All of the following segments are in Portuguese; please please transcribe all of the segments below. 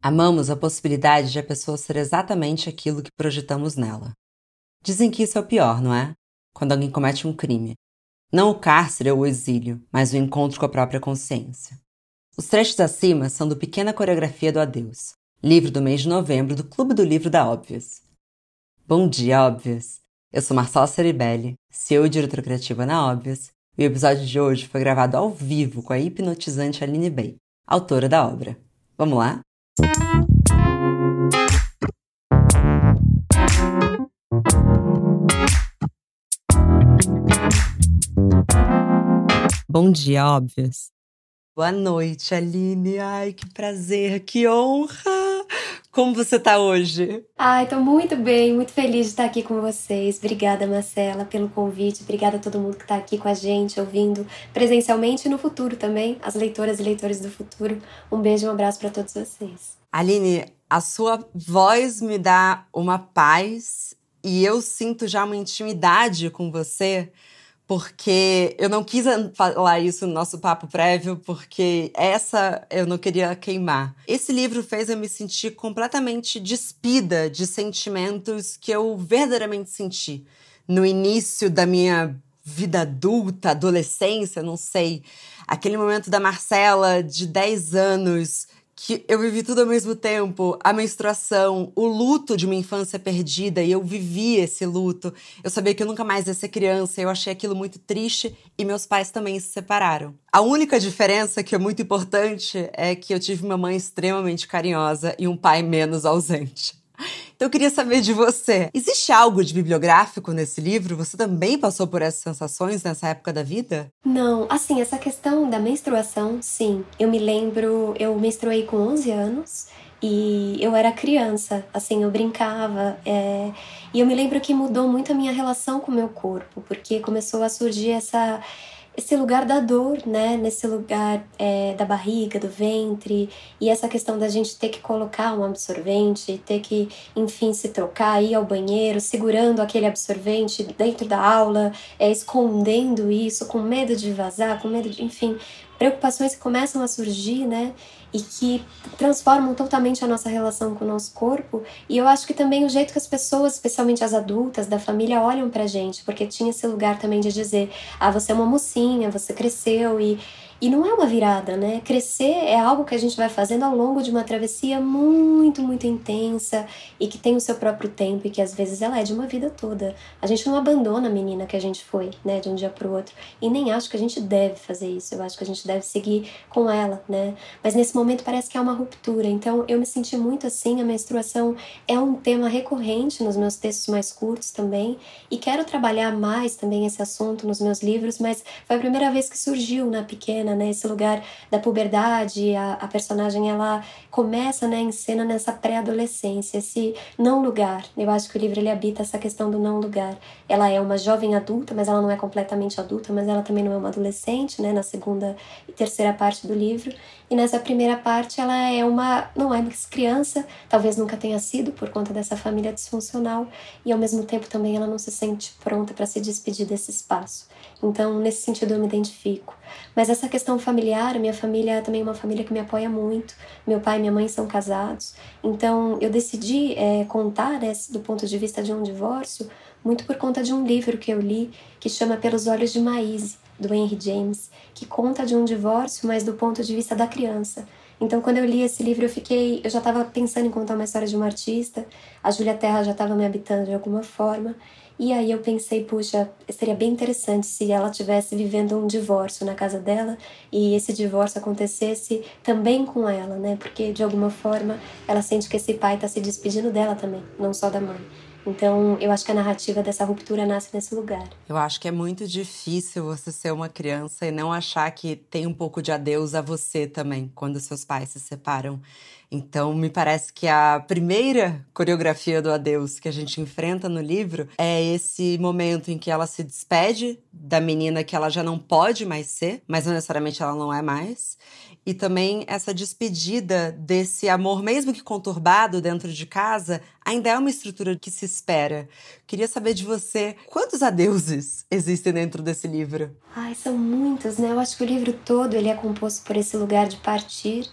Amamos a possibilidade de a pessoa ser exatamente aquilo que projetamos nela. Dizem que isso é o pior, não é? Quando alguém comete um crime. Não o cárcere ou o exílio, mas o encontro com a própria consciência. Os trechos acima são do Pequena Coreografia do Adeus, livro do mês de novembro do Clube do Livro da Óbvias. Bom dia, Óbvias! Eu sou Marcela Ceribelli, CEO e diretora criativa na Óbvias, e o episódio de hoje foi gravado ao vivo com a hipnotizante Aline Bey, autora da obra. Vamos lá? Bom dia, Óbvias! Boa noite, Aline! Ai, que prazer, que honra! Como você tá hoje? Ai, tô muito bem, muito feliz de estar aqui com vocês. Obrigada, Marcela, pelo convite. Obrigada a todo mundo que tá aqui com a gente, ouvindo presencialmente e no futuro também, as leitoras e leitores do futuro. Um beijo e um abraço para todos vocês. Aline, a sua voz me dá uma paz e eu sinto já uma intimidade com você, porque eu não quis falar isso no nosso papo prévio, porque essa eu não queria queimar. Esse livro fez eu me sentir completamente despida de sentimentos que eu verdadeiramente senti no início da minha vida adulta, adolescência, não sei. Aquele momento da Marcela, de 10 anos, que eu vivi tudo ao mesmo tempo, a menstruação, o luto de uma infância perdida, e eu vivi esse luto. Eu sabia que eu nunca mais ia ser criança, eu achei aquilo muito triste, e meus pais também se separaram. A única diferença, que é muito importante, é que eu tive uma mãe extremamente carinhosa e um pai menos ausente. Então eu queria saber de você, existe algo de bibliográfico nesse livro? Você também passou por essas sensações nessa época da vida? Não, assim, essa questão da menstruação, sim. Eu me lembro, eu menstruei com 11 anos e eu era criança, assim, eu brincava. E eu me lembro que mudou muito a minha relação com o meu corpo, porque começou a surgir esse lugar da dor, né? Nesse lugar da barriga, do ventre, e essa questão da gente ter que colocar um absorvente, ter que, enfim, se trocar, ir ao banheiro, segurando aquele absorvente dentro da aula, escondendo isso, com medo de vazar, com medo de, enfim, preocupações que começam a surgir, né? E que transformam totalmente a nossa relação com o nosso corpo. E eu acho que também o jeito que as pessoas, especialmente as adultas da família, olham pra gente, porque tinha esse lugar também de dizer: ah, você é uma mocinha, você cresceu, e não é uma virada, né? Crescer é algo que a gente vai fazendo ao longo de uma travessia muito, muito intensa e que tem o seu próprio tempo e que às vezes ela é de uma vida toda. A gente não abandona a menina que a gente foi, né, de um dia pro outro, e nem acho que a gente deve fazer isso. Eu acho que a gente deve seguir com ela, né? Mas nesse momento parece que há uma ruptura, então eu me senti muito assim. A menstruação é um tema recorrente nos meus textos mais curtos também, e quero trabalhar mais também esse assunto nos meus livros, mas foi a primeira vez que surgiu na Pequena, né, esse lugar da puberdade. A personagem, ela começa, né, em cena nessa pré-adolescência, esse não lugar. Eu acho que o livro ele habita essa questão do não lugar. Ela é uma jovem adulta, mas ela não é completamente adulta, mas ela também não é uma adolescente, né, na segunda e terceira parte do livro. E nessa primeira parte ela não é mais criança, talvez nunca tenha sido por conta dessa família disfuncional, e ao mesmo tempo também ela não se sente pronta para se despedir desse espaço. Então, nesse sentido, eu me identifico. Mas essa questão familiar, minha família também é uma família que me apoia muito. Meu pai e minha mãe são casados. Então, eu decidi contar, né, do ponto de vista de um divórcio, muito por conta de um livro que eu li, que chama Pelos Olhos de Maíse, do Henry James, que conta de um divórcio, mas do ponto de vista da criança. Então, quando eu li esse livro, eu já estava pensando em contar uma história de uma artista, a Júlia Terra já estava me habitando de alguma forma, e aí eu pensei, puxa, seria bem interessante se ela estivesse vivendo um divórcio na casa dela, e esse divórcio acontecesse também com ela, né? Porque, de alguma forma, ela sente que esse pai está se despedindo dela também, não só da mãe. Então, eu acho que a narrativa dessa ruptura nasce nesse lugar. Eu acho que é muito difícil você ser uma criança e não achar que tem um pouco de adeus a você também, quando seus pais se separam. Então, me parece que a primeira coreografia do adeus que a gente enfrenta no livro é esse momento em que ela se despede da menina que ela já não pode mais ser, mas não necessariamente ela não é mais. E também essa despedida desse amor, mesmo que conturbado dentro de casa, ainda é uma estrutura que se espera. Queria saber de você, quantos adeuses existem dentro desse livro? Ai, são muitos, né? Eu acho que o livro todo ele é composto por esse lugar de partir.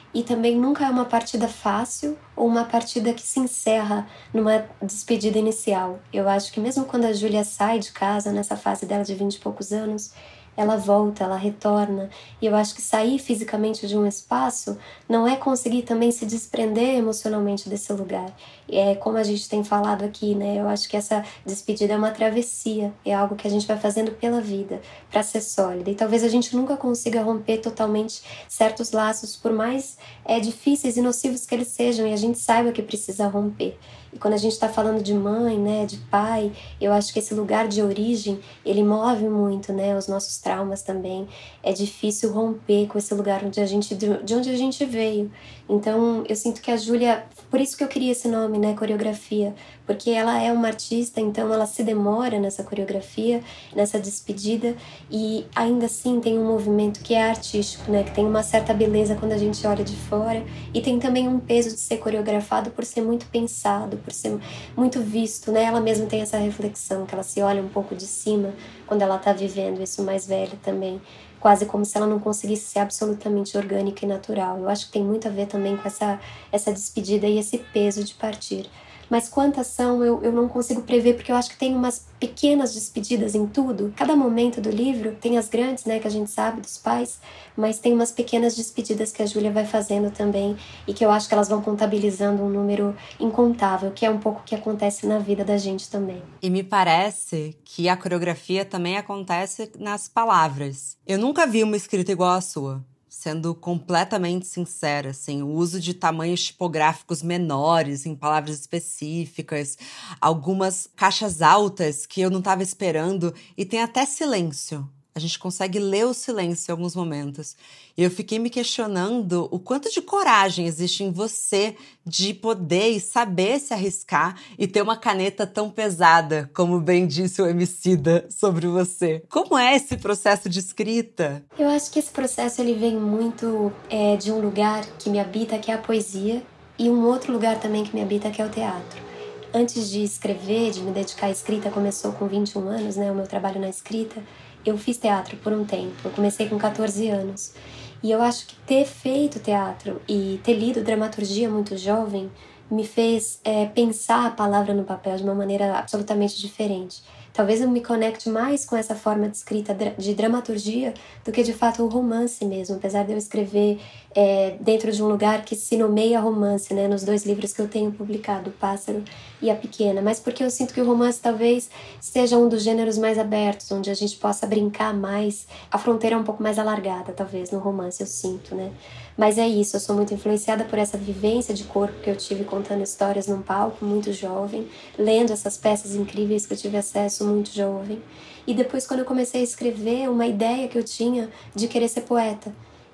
e também nunca é uma partida fácil ou uma partida que se encerra numa despedida inicial. Eu acho que mesmo quando a Júlia sai de casa, nessa fase dela de 20 e poucos anos, ela volta, ela retorna, e eu acho que sair fisicamente de um espaço não é conseguir também se desprender emocionalmente desse lugar. É como a gente tem falado aqui, né? Eu acho que essa despedida é uma travessia, é algo que a gente vai fazendo pela vida, para ser sólida. E talvez a gente nunca consiga romper totalmente certos laços, por mais difíceis e nocivos que eles sejam, e a gente saiba que precisa romper. E quando a gente está falando de mãe, né, de pai, eu acho que esse lugar de origem, ele move muito, né, os nossos traumas também. É difícil romper com esse lugar de onde a gente veio. Então, eu sinto que a Júlia, por isso que eu queria esse nome, né, coreografia, porque ela é uma artista, então ela se demora nessa coreografia, nessa despedida, e ainda assim tem um movimento que é artístico, né, que tem uma certa beleza quando a gente olha de fora, e tem também um peso de ser coreografado por ser muito pensado, por ser muito visto, né? Ela mesma tem essa reflexão, que ela se olha um pouco de cima quando ela está vivendo isso mais velha também, quase como se ela não conseguisse ser absolutamente orgânica e natural. Eu acho que tem muito a ver também com essa despedida e esse peso de partir. Mas quantas são, eu não consigo prever, porque eu acho que tem umas pequenas despedidas em tudo. Cada momento do livro tem as grandes, né, que a gente sabe, dos pais, mas tem umas pequenas despedidas que a Júlia vai fazendo também, e que eu acho que elas vão contabilizando um número incontável, que é um pouco o que acontece na vida da gente também. E me parece que a coreografia também acontece nas palavras. Eu nunca vi uma escrita igual à sua. Sendo completamente sincera, assim, o uso de tamanhos tipográficos menores em palavras específicas, algumas caixas altas que eu não estava esperando, e tem até silêncio. A gente consegue ler o silêncio em alguns momentos. E eu fiquei me questionando o quanto de coragem existe em você de poder e saber se arriscar e ter uma caneta tão pesada, como bem disse o Emicida sobre você. Como é esse processo de escrita? Eu acho que esse processo ele vem muito de um lugar que me habita, que é a poesia, e um outro lugar também que me habita, que é o teatro. Antes de escrever, de me dedicar à escrita, começou com 21 anos, né, o meu trabalho na escrita. Eu fiz teatro por um tempo, eu comecei com 14 anos. E eu acho que ter feito teatro e ter lido dramaturgia muito jovem me fez pensar a palavra no papel de uma maneira absolutamente diferente. Talvez eu me conecte mais com essa forma de escrita de dramaturgia do que de fato o romance mesmo, apesar de eu escrever dentro de um lugar que se nomeia romance, né, nos 2 livros que eu tenho publicado, O Pássaro e A Pequena, mas porque eu sinto que o romance talvez seja um dos gêneros mais abertos, onde a gente possa brincar mais, a fronteira é um pouco mais alargada, talvez, no romance, eu sinto, né? Mas é isso, eu sou muito influenciada por essa vivência de corpo que eu tive contando histórias num palco muito jovem, lendo essas peças incríveis que eu tive acesso muito jovem. E depois, quando eu comecei a escrever, uma ideia que eu tinha de querer ser poeta.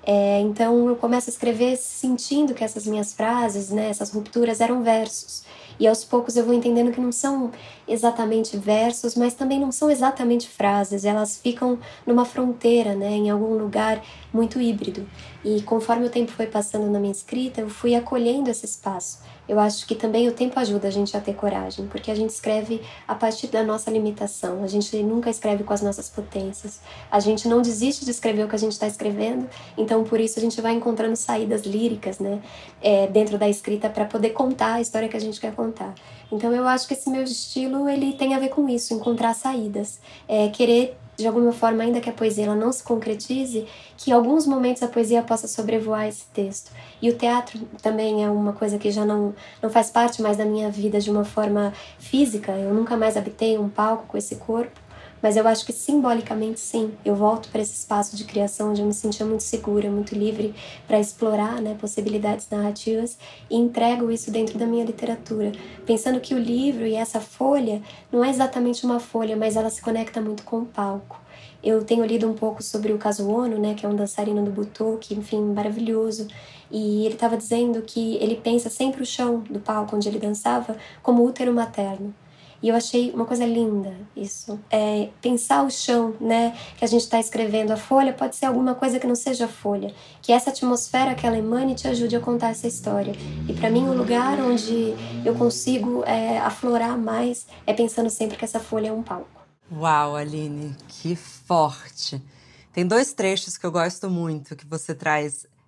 Então eu começo a escrever sentindo que essas minhas frases, né, essas rupturas eram versos. E aos poucos eu vou entendendo que não são exatamente versos, mas também não são exatamente frases. Elas ficam numa fronteira, né, em algum lugar muito híbrido. E conforme o tempo foi passando na minha escrita, eu fui acolhendo esse espaço. Eu acho que também o tempo ajuda a gente a ter coragem, porque a gente escreve a partir da nossa limitação, a gente nunca escreve com as nossas potências, a gente não desiste de escrever o que a gente está escrevendo, então por isso a gente vai encontrando saídas líricas, né, dentro da escrita para poder contar a história que a gente quer contar. Então eu acho que esse meu estilo ele tem a ver com isso, encontrar saídas, querer de alguma forma, ainda que a poesia ela não se concretize, que em alguns momentos a poesia possa sobrevoar esse texto. E o teatro também é uma coisa que já não faz parte mais da minha vida de uma forma física. Eu nunca mais habitei um palco com esse corpo, mas eu acho que simbolicamente sim, eu volto para esse espaço de criação onde eu me sentia muito segura, muito livre para explorar, né, possibilidades narrativas, e entrego isso dentro da minha literatura, pensando que o livro e essa folha não é exatamente uma folha, mas ela se conecta muito com o palco. Eu tenho lido um pouco sobre o Kazuo, né, que é um dançarino do Butoh, enfim, maravilhoso, e ele estava dizendo que ele pensa sempre o chão do palco onde ele dançava como útero materno. E eu achei uma coisa linda isso. Pensar o chão, né, que a gente está escrevendo. A folha pode ser alguma coisa que não seja folha. Que essa atmosfera que ela emane te ajude a contar essa história. E para mim o lugar onde eu consigo aflorar mais é pensando sempre que essa folha é um palco. Uau, Aline, que forte! Tem 2 trechos que eu gosto muito, que você traz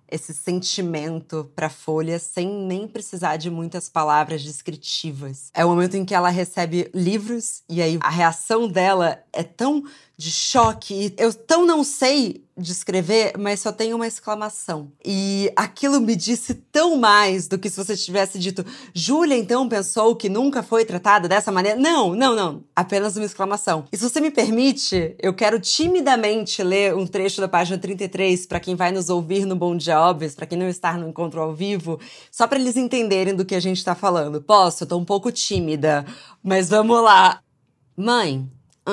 esse sentimento pra folha sem nem precisar de muitas palavras descritivas. É o momento em que ela recebe livros e aí a reação dela é tão de choque. Eu tão não sei descrever, mas só tem uma exclamação. E aquilo me disse tão mais do que se você tivesse dito Júlia, então, pensou que nunca foi tratada dessa maneira? Não. Apenas uma exclamação. E se você me permite, eu quero timidamente ler um trecho da página 33 para quem vai nos ouvir no Bom Dia Óbvios, para quem não está no encontro ao vivo, só para eles entenderem do que a gente está falando. Posso? Eu tô um pouco tímida, mas vamos lá. Mãe,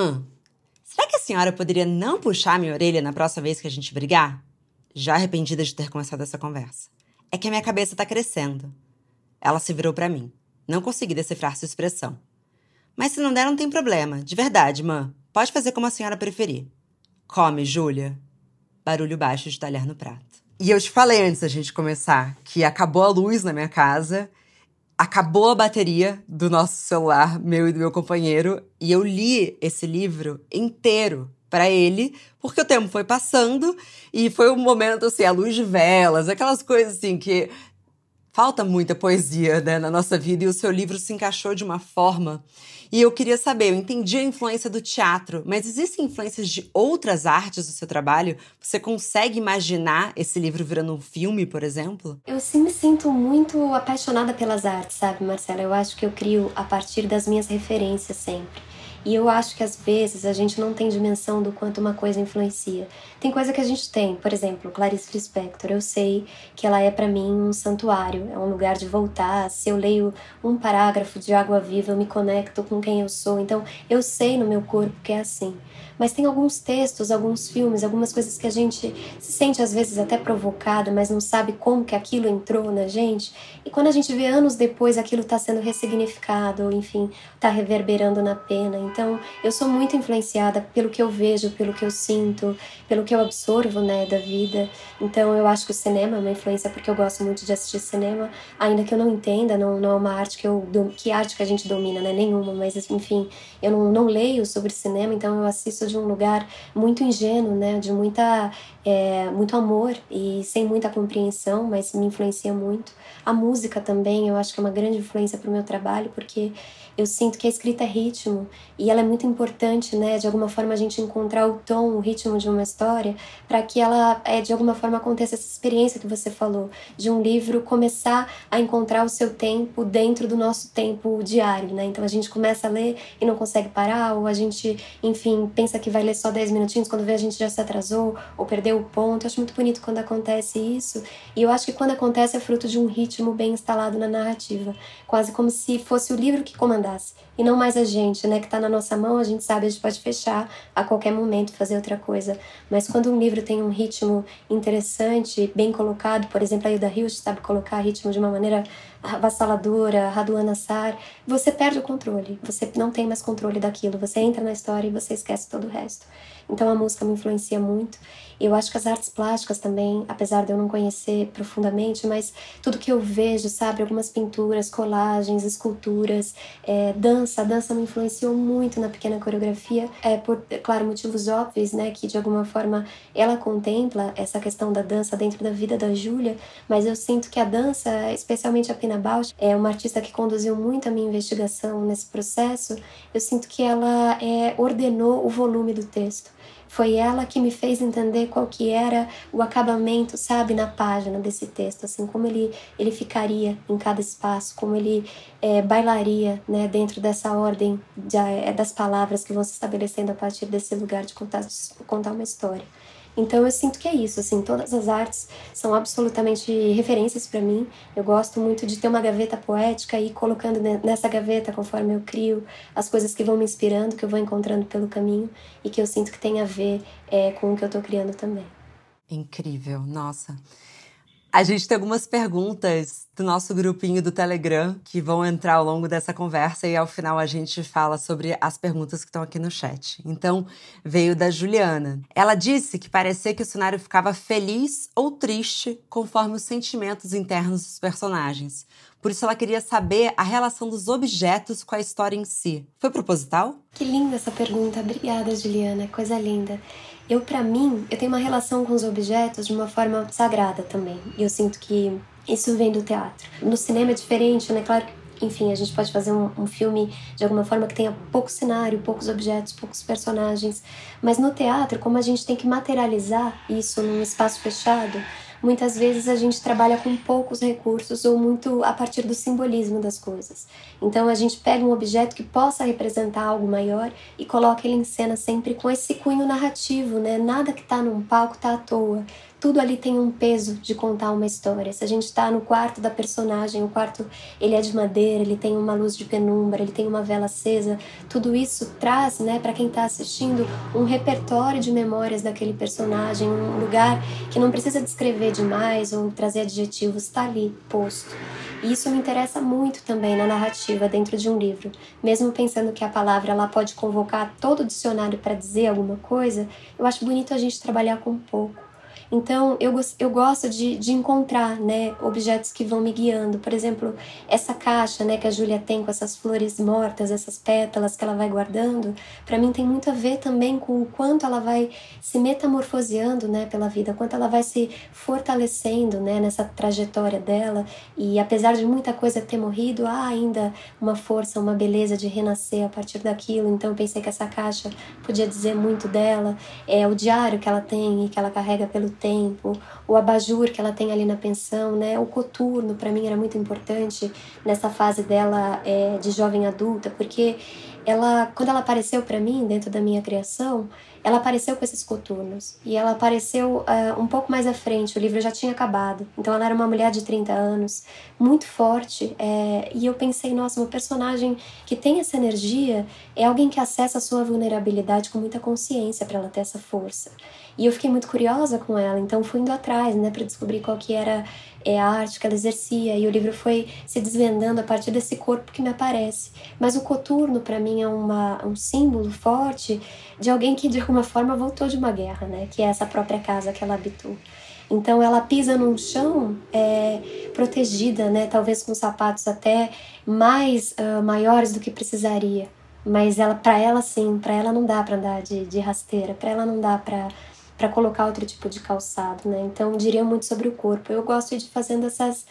será que a senhora poderia não puxar minha orelha na próxima vez que a gente brigar? Já arrependida de ter começado essa conversa. É que a minha cabeça tá crescendo. Ela se virou pra mim. Não consegui decifrar sua expressão. Mas se não der, não tem problema. De verdade, mãe. Pode fazer como a senhora preferir. Come, Júlia. Barulho baixo de talher no prato. E eu te falei antes da gente começar que acabou a luz na minha casa, acabou a bateria do nosso celular, meu e do meu companheiro, e eu li esse livro inteiro para ele, porque o tempo foi passando e foi um momento, assim, à luz de velas, aquelas coisas assim que falta muita poesia, né, na nossa vida, e o seu livro se encaixou de uma forma. E eu queria saber, eu entendi a influência do teatro, mas existem influências de outras artes do seu trabalho? Você consegue imaginar esse livro virando um filme, por exemplo? Eu sim me sinto muito apaixonada pelas artes, sabe, Marcela? Eu acho que eu crio a partir das minhas referências sempre. E eu acho que às vezes a gente não tem dimensão do quanto uma coisa influencia. Tem coisa que a gente tem, por exemplo, Clarice Lispector. Eu sei que ela é pra mim um santuário, é um lugar de voltar. Se eu leio um parágrafo de Água Viva, eu me conecto com quem eu sou. Então eu sei no meu corpo que é assim. Mas tem alguns textos, alguns filmes, algumas coisas que a gente se sente às vezes até provocada, mas não sabe como que aquilo entrou na gente. E quando a gente vê anos depois aquilo está sendo ressignificado, ou enfim, está reverberando na pena. Então eu sou muito influenciada pelo que eu vejo, pelo que eu sinto, pelo que eu absorvo, né, da vida. Então eu acho que o cinema é uma influência porque eu gosto muito de assistir cinema, ainda que eu não entenda, não é uma arte que arte que a gente domina, né, nenhuma, mas enfim, eu não leio sobre cinema, então eu assisto de um lugar muito ingênuo, né, de muito amor e sem muita compreensão, mas me influencia muito. A música também, eu acho que é uma grande influência para o meu trabalho, porque eu sinto que a escrita é ritmo e ela é muito importante, né, de alguma forma a gente encontrar o tom, o ritmo de uma história para que ela, de alguma forma, aconteça essa experiência que você falou, de um livro começar a encontrar o seu tempo dentro do nosso tempo diário, né, então a gente começa a ler e não consegue parar, ou a gente, enfim, pensa que vai ler só 10 minutinhos, quando vê a gente já se atrasou ou perdeu o ponto. Eu acho muito bonito quando acontece isso, e eu acho que quando acontece é fruto de um ritmo bem instalado na narrativa, quase como se fosse o livro que comandasse, e não mais a gente, né, que tá na nossa mão, a gente sabe, a gente pode fechar a qualquer momento, fazer outra coisa, mas quando um livro tem um ritmo interessante, bem colocado, por exemplo, a Hilda Hilst sabe colocar ritmo de uma maneira avassaladora, Raduan Assar, você perde o controle, você não tem mais controle daquilo, você entra na história e você esquece todo o resto. Então a música me influencia muito. Eu acho que as artes plásticas também, apesar de eu não conhecer profundamente, mas tudo que eu vejo, sabe, algumas pinturas, colagens, esculturas, dança me influenciou muito na pequena coreografia, por, claro, motivos óbvios, né, que de alguma forma ela contempla essa questão da dança dentro da vida da Júlia, mas eu sinto que a dança, especialmente a Pina Bausch, é uma artista que conduziu muito a minha investigação nesse processo. Eu sinto que ela ordenou o volume do texto. Foi ela que me fez entender qual que era o acabamento, sabe, na página desse texto, assim, como ele ficaria em cada espaço, como ele bailaria, né, dentro dessa ordem das palavras que vão se estabelecendo a partir desse lugar de contar uma história. Então eu sinto que é isso, assim, todas as artes são absolutamente referências para mim. Eu gosto muito de ter uma gaveta poética e ir colocando nessa gaveta, conforme eu crio, as coisas que vão me inspirando, que eu vou encontrando pelo caminho e que eu sinto que tem a ver com o que eu tô criando também. Incrível, nossa. A gente tem algumas perguntas do nosso grupinho do Telegram que vão entrar ao longo dessa conversa e ao final a gente fala sobre as perguntas que estão aqui no chat. Então, veio da Juliana. Ela disse que parecia que o cenário ficava feliz ou triste conforme os sentimentos internos dos personagens. Por isso ela queria saber a relação dos objetos com a história em si. Foi proposital? Que linda essa pergunta. Obrigada, Juliana. Coisa linda. Pra mim, eu tenho uma relação com os objetos de uma forma sagrada também. E eu sinto que isso vem do teatro. No cinema é diferente, né? Claro que, enfim, a gente pode fazer um filme de alguma forma que tenha pouco cenário, poucos objetos, poucos personagens. Mas no teatro, como a gente tem que materializar isso num espaço fechado, muitas vezes a gente trabalha com poucos recursos ou muito a partir do simbolismo das coisas. Então a gente pega um objeto que possa representar algo maior e coloca ele em cena sempre com esse cunho narrativo, né? Nada que está num palco está à toa. Tudo ali tem um peso de contar uma história. Se a gente está no quarto da personagem, o quarto ele é de madeira, ele tem uma luz de penumbra, ele tem uma vela acesa, tudo isso traz, né, para quem está assistindo, um repertório de memórias daquele personagem, um lugar que não precisa descrever demais ou trazer adjetivos, está ali posto. E isso me interessa muito também na narrativa dentro de um livro. Mesmo pensando que a palavra ela pode convocar todo o dicionário para dizer alguma coisa, eu acho bonito a gente trabalhar com pouco. Então, eu gosto de encontrar, né, objetos que vão me guiando. Por exemplo, essa caixa, né, que a Júlia tem com essas flores mortas, essas pétalas que ela vai guardando, para mim tem muito a ver também com o quanto ela vai se metamorfoseando, né, pela vida, o quanto ela vai se fortalecendo, né, nessa trajetória dela. E apesar de muita coisa ter morrido, há ainda uma força, uma beleza de renascer a partir daquilo. Então, eu pensei que essa caixa podia dizer muito dela. É o diário que ela tem e que ela carrega pelo tempo, o abajur que ela tem ali na pensão, né? O coturno, para mim, era muito importante nessa fase dela de jovem adulta, porque quando ela apareceu para mim, dentro da minha criação, ela apareceu com esses coturnos. E ela apareceu um pouco mais à frente, o livro já tinha acabado. Então ela era uma mulher de 30 anos, muito forte. E eu pensei, nossa, uma personagem que tem essa energia é alguém que acessa a sua vulnerabilidade com muita consciência para ela ter essa força. E eu fiquei muito curiosa com ela, então fui indo atrás, né, para descobrir qual que era a arte que ela exercia. E o livro foi se desvendando a partir desse corpo que me aparece. Mas o coturno, para mim, é um símbolo forte de alguém que, de alguma forma, voltou de uma guerra, né, que é essa própria casa que ela habitou. Então ela pisa num chão protegida, né, talvez com sapatos até mais maiores do que precisaria. Mas para ela sim, para ela não dá para andar de rasteira, para ela não dá para colocar outro tipo de calçado, né? Então diria muito sobre o corpo. Eu gosto de ir fazendo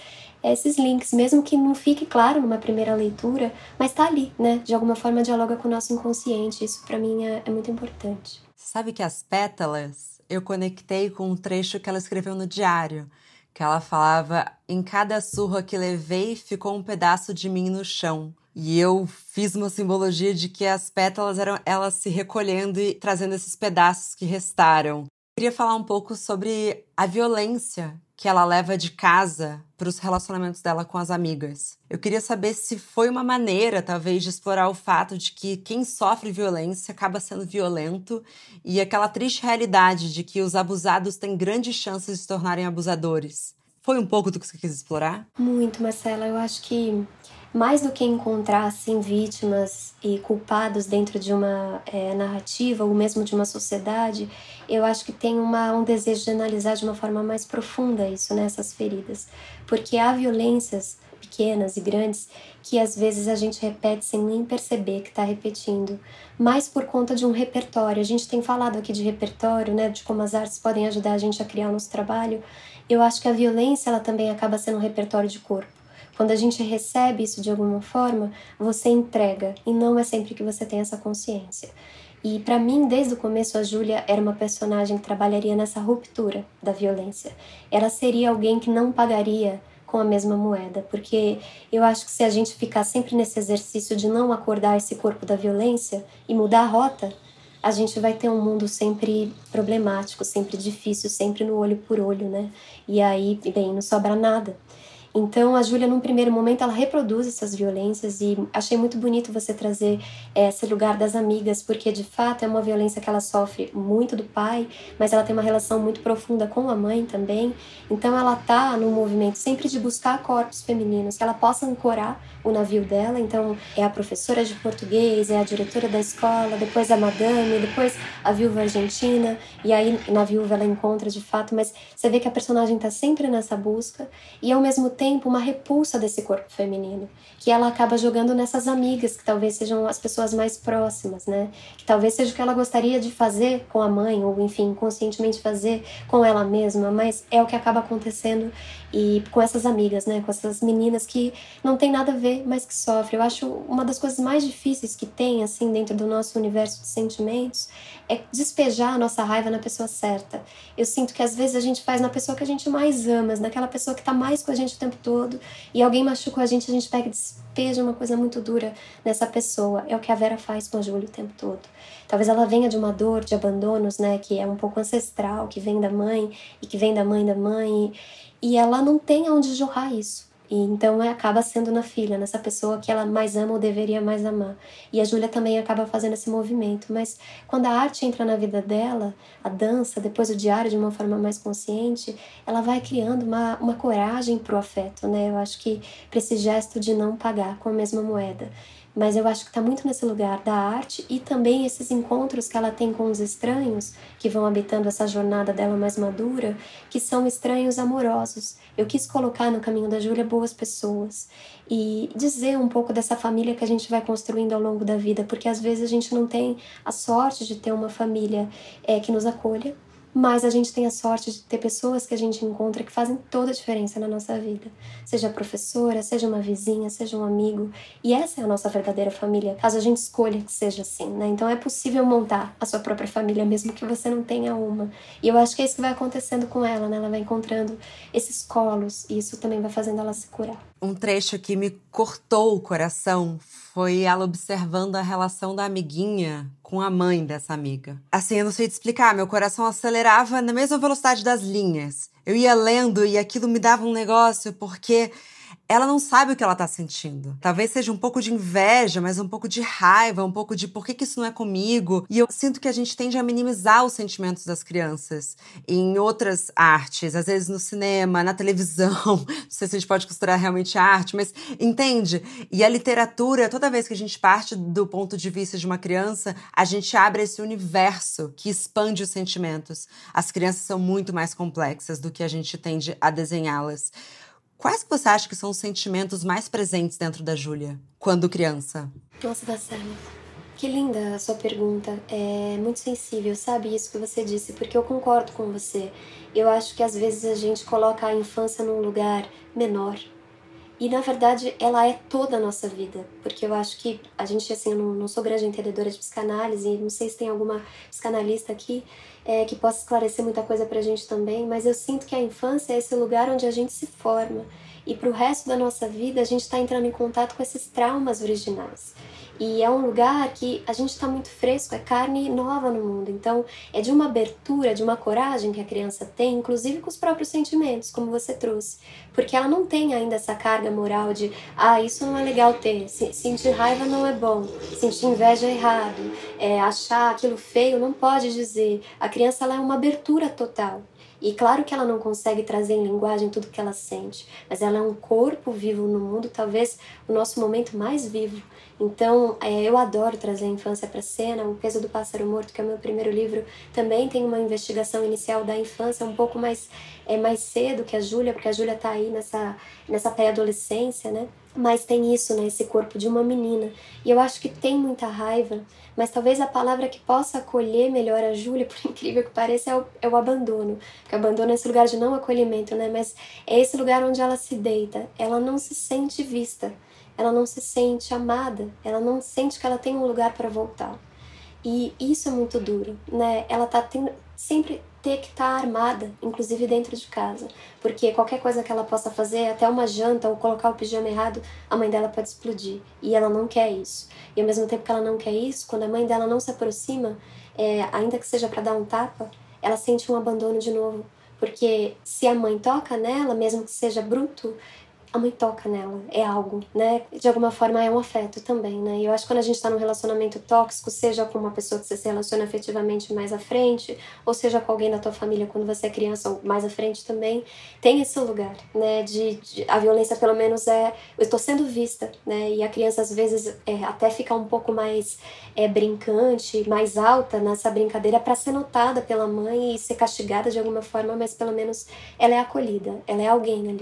esses links, mesmo que não fique claro numa primeira leitura, mas tá ali, né? De alguma forma dialoga com o nosso inconsciente. Isso para mim é muito importante. Sabe que as pétalas eu conectei com um trecho que ela escreveu no diário, que ela falava: em cada surra que levei ficou um pedaço de mim no chão. E eu fiz uma simbologia de que as pétalas eram elas se recolhendo e trazendo esses pedaços que restaram. Queria falar um pouco sobre a violência que ela leva de casa para os relacionamentos dela com as amigas. Eu queria saber se foi uma maneira, talvez, de explorar o fato de que quem sofre violência acaba sendo violento e aquela triste realidade de que os abusados têm grandes chances de se tornarem abusadores. Foi um pouco do que você quis explorar? Muito, Marcela. Eu acho que mais do que encontrar assim, vítimas e culpados dentro de uma narrativa ou mesmo de uma sociedade, eu acho que tem um desejo de analisar de uma forma mais profunda isso, né, essas feridas. Porque há violências pequenas e grandes que às vezes a gente repete sem nem perceber que está repetindo, mas por conta de um repertório. A gente tem falado aqui de repertório, né, de como as artes podem ajudar a gente a criar o nosso trabalho. Eu acho que a violência ela também acaba sendo um repertório de corpo. Quando a gente recebe isso de alguma forma, você entrega, e não é sempre que você tem essa consciência. E para mim, desde o começo, a Júlia era uma personagem que trabalharia nessa ruptura da violência. Ela seria alguém que não pagaria com a mesma moeda, porque eu acho que se a gente ficar sempre nesse exercício de não acordar esse corpo da violência e mudar a rota, a gente vai ter um mundo sempre problemático, sempre difícil, sempre no olho por olho, né? E aí, bem, não sobra nada. Então, a Júlia, num primeiro momento, ela reproduz essas violências e achei muito bonito você trazer esse lugar das amigas, porque, de fato, é uma violência que ela sofre muito do pai, mas ela tem uma relação muito profunda com a mãe também. Então, ela tá num movimento sempre de buscar corpos femininos, que ela possa ancorar o navio dela. Então, é a professora de português, é a diretora da escola, depois a madame, depois a viúva argentina, e aí na viúva ela encontra, de fato, mas você vê que a personagem tá sempre nessa busca, e ao mesmo tempo tempo, uma repulsa desse corpo feminino, que ela acaba jogando nessas amigas, que talvez sejam as pessoas mais próximas, né? Que talvez seja o que ela gostaria de fazer com a mãe, ou enfim, conscientemente fazer com ela mesma, mas é o que acaba acontecendo e com essas amigas, né? Com essas meninas que não tem nada a ver, mas que sofrem. Eu acho uma das coisas mais difíceis que tem, assim, dentro do nosso universo de sentimentos, é despejar a nossa raiva na pessoa certa. Eu sinto que às vezes a gente faz na pessoa que a gente mais ama, naquela pessoa que tá mais com a gente o tempo todo, e alguém machucou a gente pega e despeja uma coisa muito dura nessa pessoa. É o que a Vera faz com a Júlia o tempo todo. Talvez ela venha de uma dor de abandonos, né, que é um pouco ancestral, que vem da mãe, e que vem da mãe, e ela não tem aonde jorrar isso. E então acaba sendo na filha, nessa pessoa que ela mais ama ou deveria mais amar. E a Júlia também acaba fazendo esse movimento. Mas quando a arte entra na vida dela, a dança, depois o diário de uma forma mais consciente, ela vai criando uma coragem pro afeto, né? Eu acho que para esse gesto de não pagar com a mesma moeda. Mas eu acho que está muito nesse lugar da arte e também esses encontros que ela tem com os estranhos, que vão habitando essa jornada dela mais madura, que são estranhos amorosos. Eu quis colocar no caminho da Júlia boas pessoas e dizer um pouco dessa família que a gente vai construindo ao longo da vida, porque às vezes a gente não tem a sorte de ter uma família que nos acolha, mas a gente tem a sorte de ter pessoas que a gente encontra que fazem toda a diferença na nossa vida. Seja a professora, seja uma vizinha, seja um amigo. E essa é a nossa verdadeira família, caso a gente escolha que seja assim, né? Então é possível montar a sua própria família, mesmo que você não tenha uma. E eu acho que é isso que vai acontecendo com ela, né? Ela vai encontrando esses colos e isso também vai fazendo ela se curar. Um trecho que me cortou o coração foi ela observando a relação da amiguinha com a mãe dessa amiga. Assim, eu não sei te explicar, meu coração acelerava na mesma velocidade das linhas. Eu ia lendo e aquilo me dava um negócio porque ela não sabe o que ela tá sentindo. Talvez seja um pouco de inveja, mas um pouco de raiva, um pouco de por que isso não é comigo. E eu sinto que a gente tende a minimizar os sentimentos das crianças em outras artes, às vezes no cinema, na televisão. Não sei se a gente pode considerar realmente arte, mas entende? E a literatura, toda vez que a gente parte do ponto de vista de uma criança, a gente abre esse universo que expande os sentimentos. As crianças são muito mais complexas do que a gente tende a desenhá-las. Quais que você acha que são os sentimentos mais presentes dentro da Júlia, quando criança? Nossa, Dassana, que linda a sua pergunta. É muito sensível, sabe, isso que você disse, porque eu concordo com você. Eu acho que às vezes a gente coloca a infância num lugar menor. E, na verdade, ela é toda a nossa vida. Porque eu acho que a gente, assim, eu não sou grande entendedora de psicanálise, e não sei se tem alguma psicanalista aqui que possa esclarecer muita coisa pra gente também, mas eu sinto que a infância é esse lugar onde a gente se forma. E pro resto da nossa vida, a gente tá entrando em contato com esses traumas originais. E é um lugar que a gente está muito fresco, é carne nova no mundo. Então, é de uma abertura, de uma coragem que a criança tem, inclusive com os próprios sentimentos, como você trouxe. Porque ela não tem ainda essa carga moral de isso não é legal ter, sentir raiva não é bom, sentir inveja é errado, achar aquilo feio não pode dizer. A criança ela é uma abertura total. E claro que ela não consegue trazer em linguagem tudo que ela sente, mas ela é um corpo vivo no mundo, talvez o nosso momento mais vivo. Então, eu adoro trazer a infância para a cena. O Peso do Pássaro Morto, que é o meu primeiro livro, também tem uma investigação inicial da infância, um pouco mais cedo que a Júlia, porque a Júlia está aí nessa pré-adolescência, né? Mas tem isso, né? Esse corpo de uma menina. E eu acho que tem muita raiva, mas talvez a palavra que possa acolher melhor a Júlia, por incrível que pareça, é o abandono. Porque o abandono é esse lugar de não acolhimento, né? Mas é esse lugar onde ela se deita. Ela não se sente vista. Ela não se sente amada. Ela não sente que ela tem um lugar para voltar. E isso é muito duro, né? Ela tá sempre ter que estar armada, inclusive dentro de casa. Porque qualquer coisa que ela possa fazer, até uma janta ou colocar o pijama errado, a mãe dela pode explodir. E ela não quer isso. E ao mesmo tempo que ela não quer isso, quando a mãe dela não se aproxima, ainda que seja para dar um tapa, ela sente um abandono de novo. Porque se a mãe toca nela, mesmo que seja bruto, a mãe toca nela, é algo, né? De alguma forma é um afeto também, né? E eu acho que quando a gente tá num relacionamento tóxico, seja com uma pessoa que você se relaciona afetivamente mais à frente, ou seja com alguém da tua família quando você é criança ou mais à frente também, tem esse lugar, né? A violência pelo menos eu estou sendo vista, né? E a criança às vezes até fica um pouco mais brincante, mais alta nessa brincadeira para ser notada pela mãe e ser castigada de alguma forma, mas pelo menos ela é acolhida, ela é alguém ali.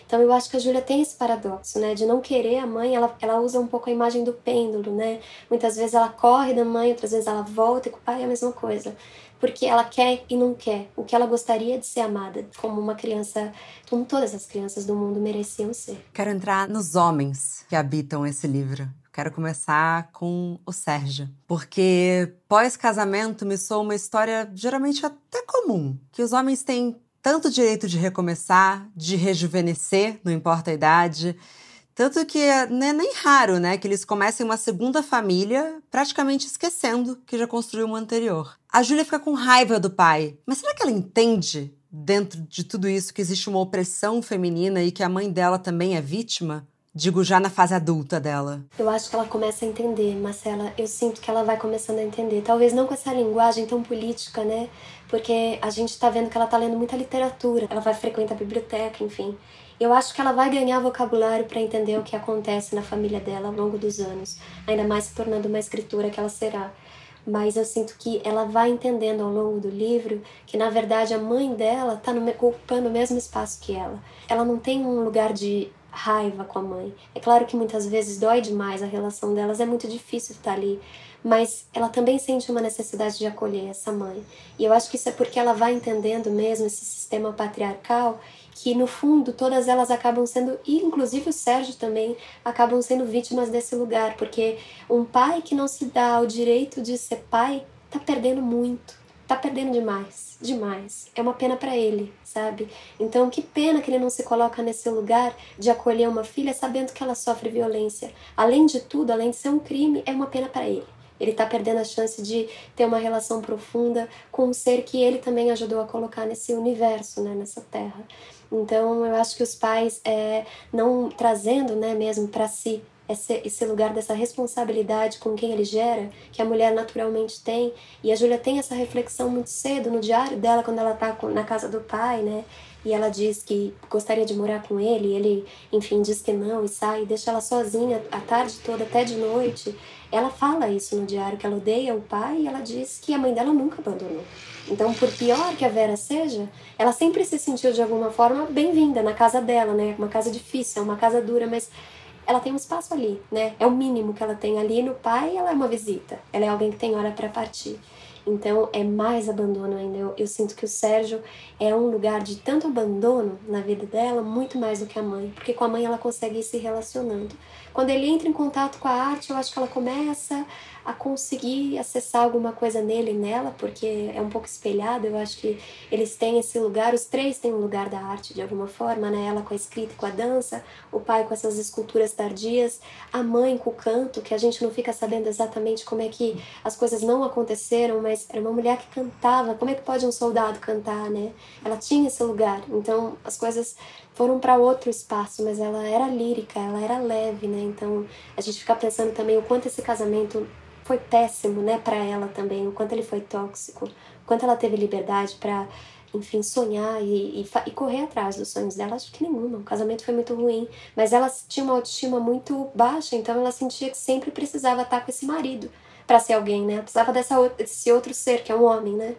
Então eu acho que a Júlia tem esse paradoxo, né, de não querer a mãe. Ela usa um pouco a imagem do pêndulo, né, muitas vezes ela corre da mãe, outras vezes ela volta, e com o pai é a mesma coisa, porque ela quer e não quer o que ela gostaria de ser amada, como uma criança, como todas as crianças do mundo mereciam ser. Quero entrar nos homens que habitam esse livro. Quero começar com o Sérgio, porque pós-casamento me soa uma história geralmente até comum, que os homens têm tanto direito de recomeçar, de rejuvenescer, não importa a idade, tanto que não é nem raro, né, que eles comecem uma segunda família praticamente esquecendo que já construiu uma anterior. A Júlia fica com raiva do pai, mas será que ela entende, dentro de tudo isso, que existe uma opressão feminina e que a mãe dela também é vítima? Digo, já na fase adulta dela. Eu acho que ela começa a entender, Marcela. Eu sinto que ela vai começando a entender. Talvez não com essa linguagem tão política, né? Porque a gente tá vendo que ela tá lendo muita literatura. Ela vai frequentar a biblioteca, enfim. Eu acho que ela vai ganhar vocabulário para entender o que acontece na família dela ao longo dos anos. Ainda mais se tornando uma escritora que ela será. Mas eu sinto que ela vai entendendo ao longo do livro que, na verdade, a mãe dela tá ocupando o mesmo espaço que ela. Ela não tem um lugar de raiva com a mãe. É claro que muitas vezes dói demais a relação delas, é muito difícil estar ali, mas ela também sente uma necessidade de acolher essa mãe. E eu acho que isso é porque ela vai entendendo mesmo esse sistema patriarcal, que no fundo todas elas acabam sendo, e inclusive o Sérgio também, acabam sendo vítimas desse lugar, porque um pai que não se dá o direito de ser pai tá perdendo muito. Tá perdendo demais, demais. É uma pena pra ele, sabe? Então, que pena que ele não se coloca nesse lugar de acolher uma filha sabendo que ela sofre violência. Além de tudo, além de ser um crime, é uma pena pra ele. Ele tá perdendo a chance de ter uma relação profunda com um ser que ele também ajudou a colocar nesse universo, né, nessa terra. Então, eu acho que os pais, não trazendo, né, mesmo pra si, esse lugar dessa responsabilidade com quem ele gera, que a mulher naturalmente tem. E a Júlia tem essa reflexão muito cedo no diário dela, quando ela tá na casa do pai, né? E ela diz que gostaria de morar com ele, ele, enfim, diz que não e sai, deixa ela sozinha a tarde toda, até de noite. Ela fala isso no diário, que ela odeia o pai, e ela diz que a mãe dela nunca abandonou. Então, por pior que a Vera seja, ela sempre se sentiu de alguma forma bem-vinda na casa dela, né? Uma casa difícil, uma casa dura, mas ela tem um espaço ali, né? É o mínimo que ela tem ali. No pai, ela é uma visita. Ela é alguém que tem hora para partir. Então, é mais abandono ainda. Eu sinto que o Sérgio é um lugar de tanto abandono na vida dela, muito mais do que a mãe. Porque com a mãe ela consegue ir se relacionando. Quando ele entra em contato com a arte, eu acho que ela começa a conseguir acessar alguma coisa nele e nela, porque é um pouco espelhado. Eu acho que eles têm esse lugar, os três têm um lugar da arte de alguma forma, né? Ela com a escrita e com a dança, o pai com essas esculturas tardias, a mãe com o canto, que a gente não fica sabendo exatamente como é que as coisas não aconteceram, mas era uma mulher que cantava. Como é que pode um soldado cantar, né? Ela tinha esse lugar, então as coisas foram para outro espaço, mas ela era lírica, ela era leve, né? Então a gente fica pensando também o quanto esse casamento foi péssimo, né, para ela também, o quanto ele foi tóxico, o quanto ela teve liberdade para, enfim, sonhar e correr atrás dos sonhos dela. Acho que nenhuma, o casamento foi muito ruim, mas ela tinha uma autoestima muito baixa, então ela sentia que sempre precisava estar com esse marido para ser alguém, né? Ela precisava desse outro ser, que é um homem, né?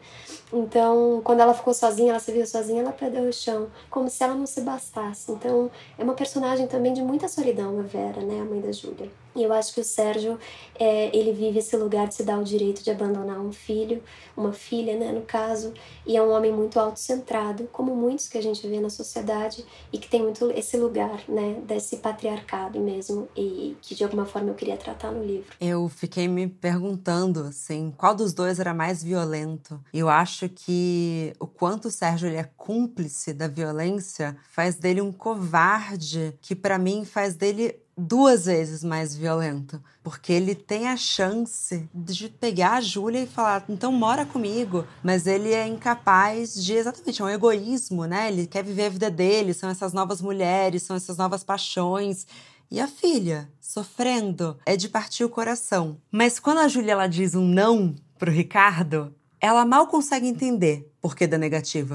Então, quando ela ficou sozinha, ela se viu sozinha, ela perdeu o chão, como se ela não se bastasse. Então, é uma personagem também de muita solidão, a Vera, né? A mãe da Júlia. E eu acho que o Sérgio, ele vive esse lugar de se dar o direito de abandonar um filho, uma filha, né, no caso, e é um homem muito autocentrado, como muitos que a gente vê na sociedade, e que tem muito esse lugar, né, desse patriarcado mesmo, e que de alguma forma eu queria tratar no livro. Eu fiquei me perguntando, assim, qual dos dois era mais violento. Eu acho que o quanto o Sérgio ele é cúmplice da violência faz dele um covarde, que pra mim faz dele 2 vezes mais violento, porque ele tem a chance de pegar a Júlia e falar, então mora comigo, mas ele é incapaz de, exatamente, é um egoísmo, né? Ele quer viver a vida dele, são essas novas mulheres, são essas novas paixões. E a filha, sofrendo, é de partir o coração. Mas quando a Júlia ela diz um não pro Ricardo, ela mal consegue entender por que da negativa. Porque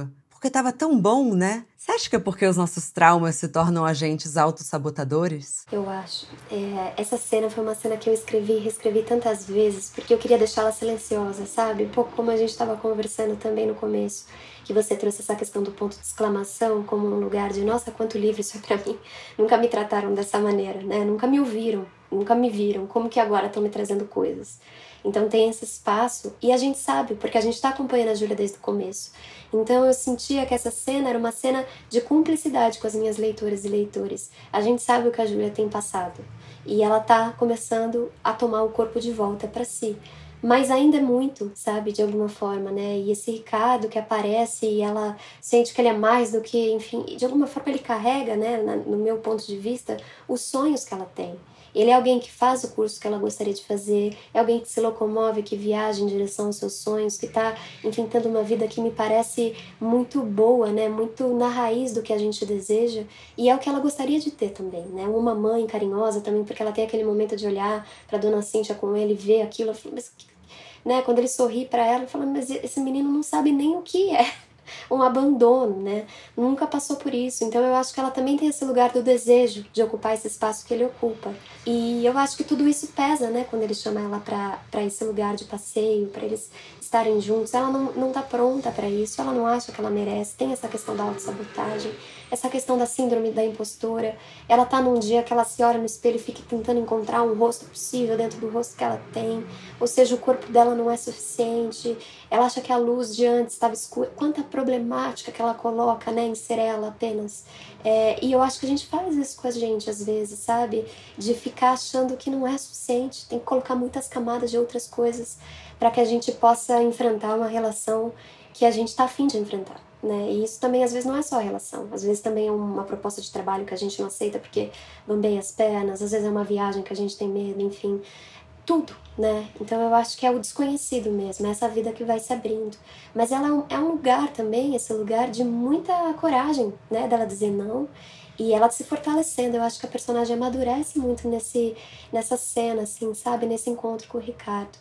porque tava tão bom, né? Você acha que é porque os nossos traumas se tornam agentes autossabotadores? Eu acho. Essa cena foi uma cena que eu escrevi e reescrevi tantas vezes, porque eu queria deixá-la silenciosa, sabe? Um pouco como a gente estava conversando também no começo, que você trouxe essa questão do ponto de exclamação como um lugar de, nossa, quanto livre isso é pra mim. Nunca me trataram dessa maneira, né? Nunca me ouviram, nunca me viram. Como que agora estão me trazendo coisas? Então tem esse espaço, e a gente sabe, porque a gente está acompanhando a Júlia desde o começo. Então eu sentia que essa cena era uma cena de cumplicidade com as minhas leitoras e leitores. A gente sabe o que a Júlia tem passado, e ela tá começando a tomar o corpo de volta para si. Mas ainda é muito, sabe, de alguma forma, né? E esse Ricardo que aparece e ela sente que ele é mais do que, enfim, de alguma forma ele carrega, né, no meu ponto de vista, os sonhos que ela tem. Ele é alguém que faz o curso que ela gostaria de fazer, é alguém que se locomove, que viaja em direção aos seus sonhos, que está, enfim, tendo uma vida que me parece muito boa, né? Muito na raiz do que a gente deseja, e é o que ela gostaria de ter também, né? Uma mãe carinhosa também, porque ela tem aquele momento de olhar para Dona Cíntia com ele, ver aquilo, ela fala, mas, né? Quando ele sorri para ela, fala, mas esse menino não sabe nem o que é um abandono, né? Nunca passou por isso. Então eu acho que ela também tem esse lugar do desejo de ocupar esse espaço que ele ocupa. E eu acho que tudo isso pesa, né? Quando ele chama ela para esse lugar de passeio, para eles estarem juntos. Ela não tá pronta para isso, ela não acha que ela merece. Tem essa questão da autossabotagem, essa questão da síndrome da impostora. Ela tá num dia que ela se olha no espelho e fica tentando encontrar um rosto possível dentro do rosto que ela tem. Ou seja, o corpo dela não é suficiente. Ela acha que a luz de antes estava escura. Quanta problemática que ela coloca, né, em ser ela apenas. E eu acho que a gente faz isso com a gente às vezes, sabe? De ficar achando que não é suficiente. Tem que colocar muitas camadas de outras coisas para que a gente possa enfrentar uma relação que a gente está afim de enfrentar. Né? E isso também às vezes não é só a relação, às vezes também é uma proposta de trabalho que a gente não aceita porque bambeia as pernas, às vezes é uma viagem que a gente tem medo, enfim, tudo, né? Então eu acho que é o desconhecido mesmo, é essa vida que vai se abrindo. Mas ela é um lugar também, esse lugar de muita coragem, né? Dela dizer não e ela se fortalecendo. Eu acho que a personagem amadurece muito nessa cena, assim, sabe? Nesse encontro com o Ricardo.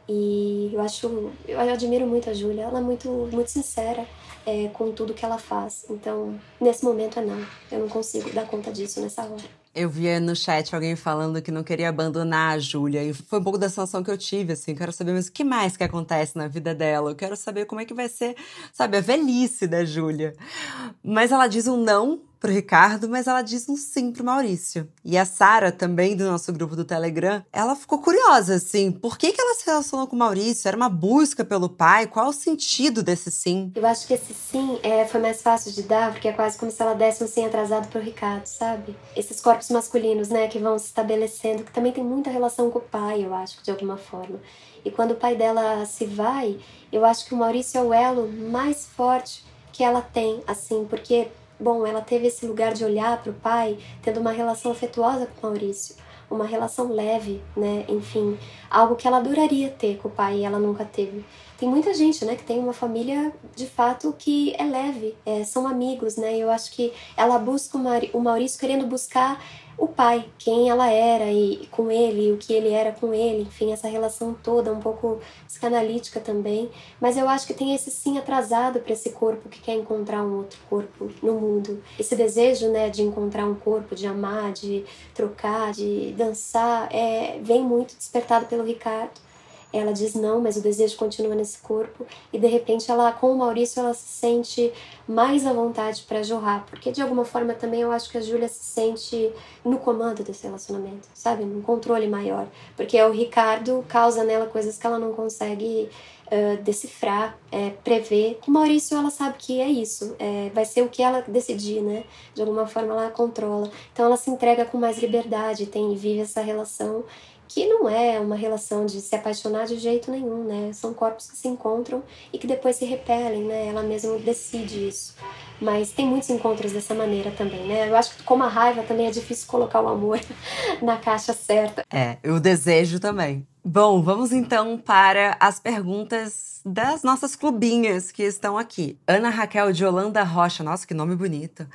E eu admiro muito a Júlia, ela é muito, muito sincera com tudo que ela faz. Então, nesse momento não, eu não consigo dar conta disso nessa hora. Eu via no chat alguém falando que não queria abandonar a Júlia, e foi um pouco da sensação que eu tive, assim, eu quero saber mas o que mais que acontece na vida dela, eu quero saber como é que vai ser, sabe, a velhice da Júlia. Mas ela diz um não pro Ricardo, mas ela diz um sim pro Maurício. E a Sara, também do nosso grupo do Telegram, ela ficou curiosa, assim, por que ela se relacionou com o Maurício? Era uma busca pelo pai? Qual é o sentido desse sim? Eu acho que esse sim foi mais fácil de dar, porque é quase como se ela desse um sim atrasado pro Ricardo, sabe? Esses corpos masculinos, né, que vão se estabelecendo, que também tem muita relação com o pai, eu acho, de alguma forma. E quando o pai dela se vai, eu acho que o Maurício é o elo mais forte que ela tem, assim, porque bom, ela teve esse lugar de olhar para o pai, tendo uma relação afetuosa com o Maurício, uma relação leve, né? Enfim, algo que ela adoraria ter com o pai e ela nunca teve. Tem muita gente, né, que tem uma família de fato que é leve, são amigos, né? E eu acho que ela busca o Maurício querendo buscar o pai, quem ela era e com ele, o que ele era com ele, enfim, essa relação toda um pouco psicanalítica também, mas eu acho que tem esse sim atrasado para esse corpo que quer encontrar um outro corpo no mundo, esse desejo, né, de encontrar um corpo, de amar, de trocar, de dançar, vem muito despertado pelo Ricardo. Ela diz não, mas o desejo continua nesse corpo e de repente ela, com o Maurício, ela se sente mais à vontade para jorrar, porque de alguma forma também eu acho que a Júlia se sente no comando desse relacionamento, sabe? Num controle maior, porque o Ricardo causa nela coisas que ela não consegue decifrar, prever. Com o Maurício ela sabe que é isso, vai ser o que ela decidir, né? De alguma forma ela controla, então ela se entrega com mais liberdade, vive essa relação que não é uma relação de se apaixonar de jeito nenhum, né? São corpos que se encontram e que depois se repelem, né? Ela mesma decide isso. Mas tem muitos encontros dessa maneira também, né? Eu acho que como a raiva também é difícil colocar o amor na caixa certa. O desejo também. Bom, vamos então para as perguntas das nossas clubinhas que estão aqui. Ana Raquel de Holanda Rocha, nossa, que nome bonito.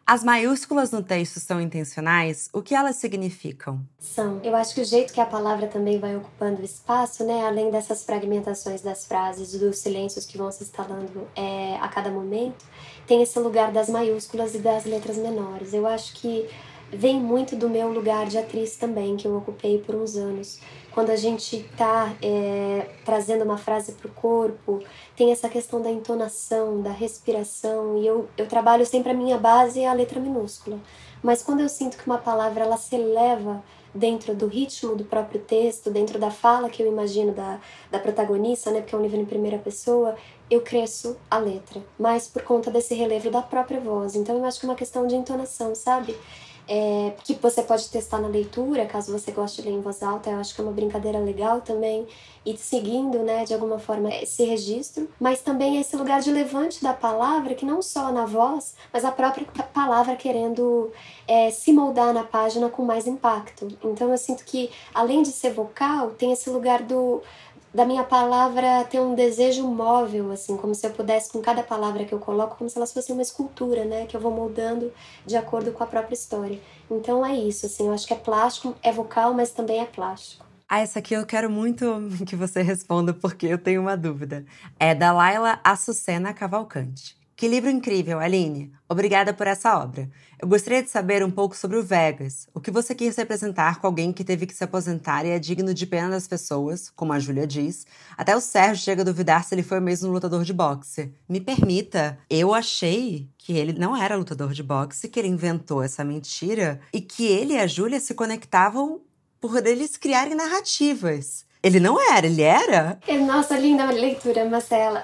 As maiúsculas no texto são intencionais? O que elas significam? São. Eu acho que o jeito que a palavra também vai ocupando o espaço, né, além dessas fragmentações das frases, dos silêncios que vão se instalando a cada momento, tem esse lugar das maiúsculas e das letras menores. Eu acho que vem muito do meu lugar de atriz também, que eu ocupei por uns anos. Quando a gente está trazendo uma frase para o corpo, tem essa questão da entonação, da respiração, e eu trabalho sempre a minha base é a letra minúscula. Mas quando eu sinto que uma palavra ela se eleva dentro do ritmo do próprio texto, dentro da fala que eu imagino da protagonista, né, porque é um livro em primeira pessoa, eu cresço a letra, mas por conta desse relevo da própria voz. Então eu acho que é uma questão de entonação, sabe? Que você pode testar na leitura, caso você goste de ler em voz alta, eu acho que é uma brincadeira legal também, e seguindo, né, de alguma forma esse registro, mas também esse lugar de levante da palavra, que não só na voz, mas a própria palavra querendo se moldar na página com mais impacto. Então eu sinto que, além de ser vocal, tem esse lugar da minha palavra ter um desejo móvel, assim, como se eu pudesse, com cada palavra que eu coloco, como se elas fossem uma escultura, né, que eu vou moldando de acordo com a própria história. Então é isso, assim, eu acho que é plástico, é vocal, mas também é plástico. Essa aqui eu quero muito que você responda, porque eu tenho uma dúvida. É da Laila Açucena Cavalcante. Que livro incrível, Aline! Obrigada por essa obra. Eu gostaria de saber um pouco sobre o Vegas. O que você quis representar com alguém que teve que se aposentar e é digno de pena das pessoas, como a Júlia diz. Até o Sérgio chega a duvidar se ele foi mesmo um lutador de boxe. Me permita, eu achei que ele não era lutador de boxe, que ele inventou essa mentira e que ele e a Júlia se conectavam por eles criarem narrativas. Ele não era, ele era? Nossa, linda leitura, Marcela.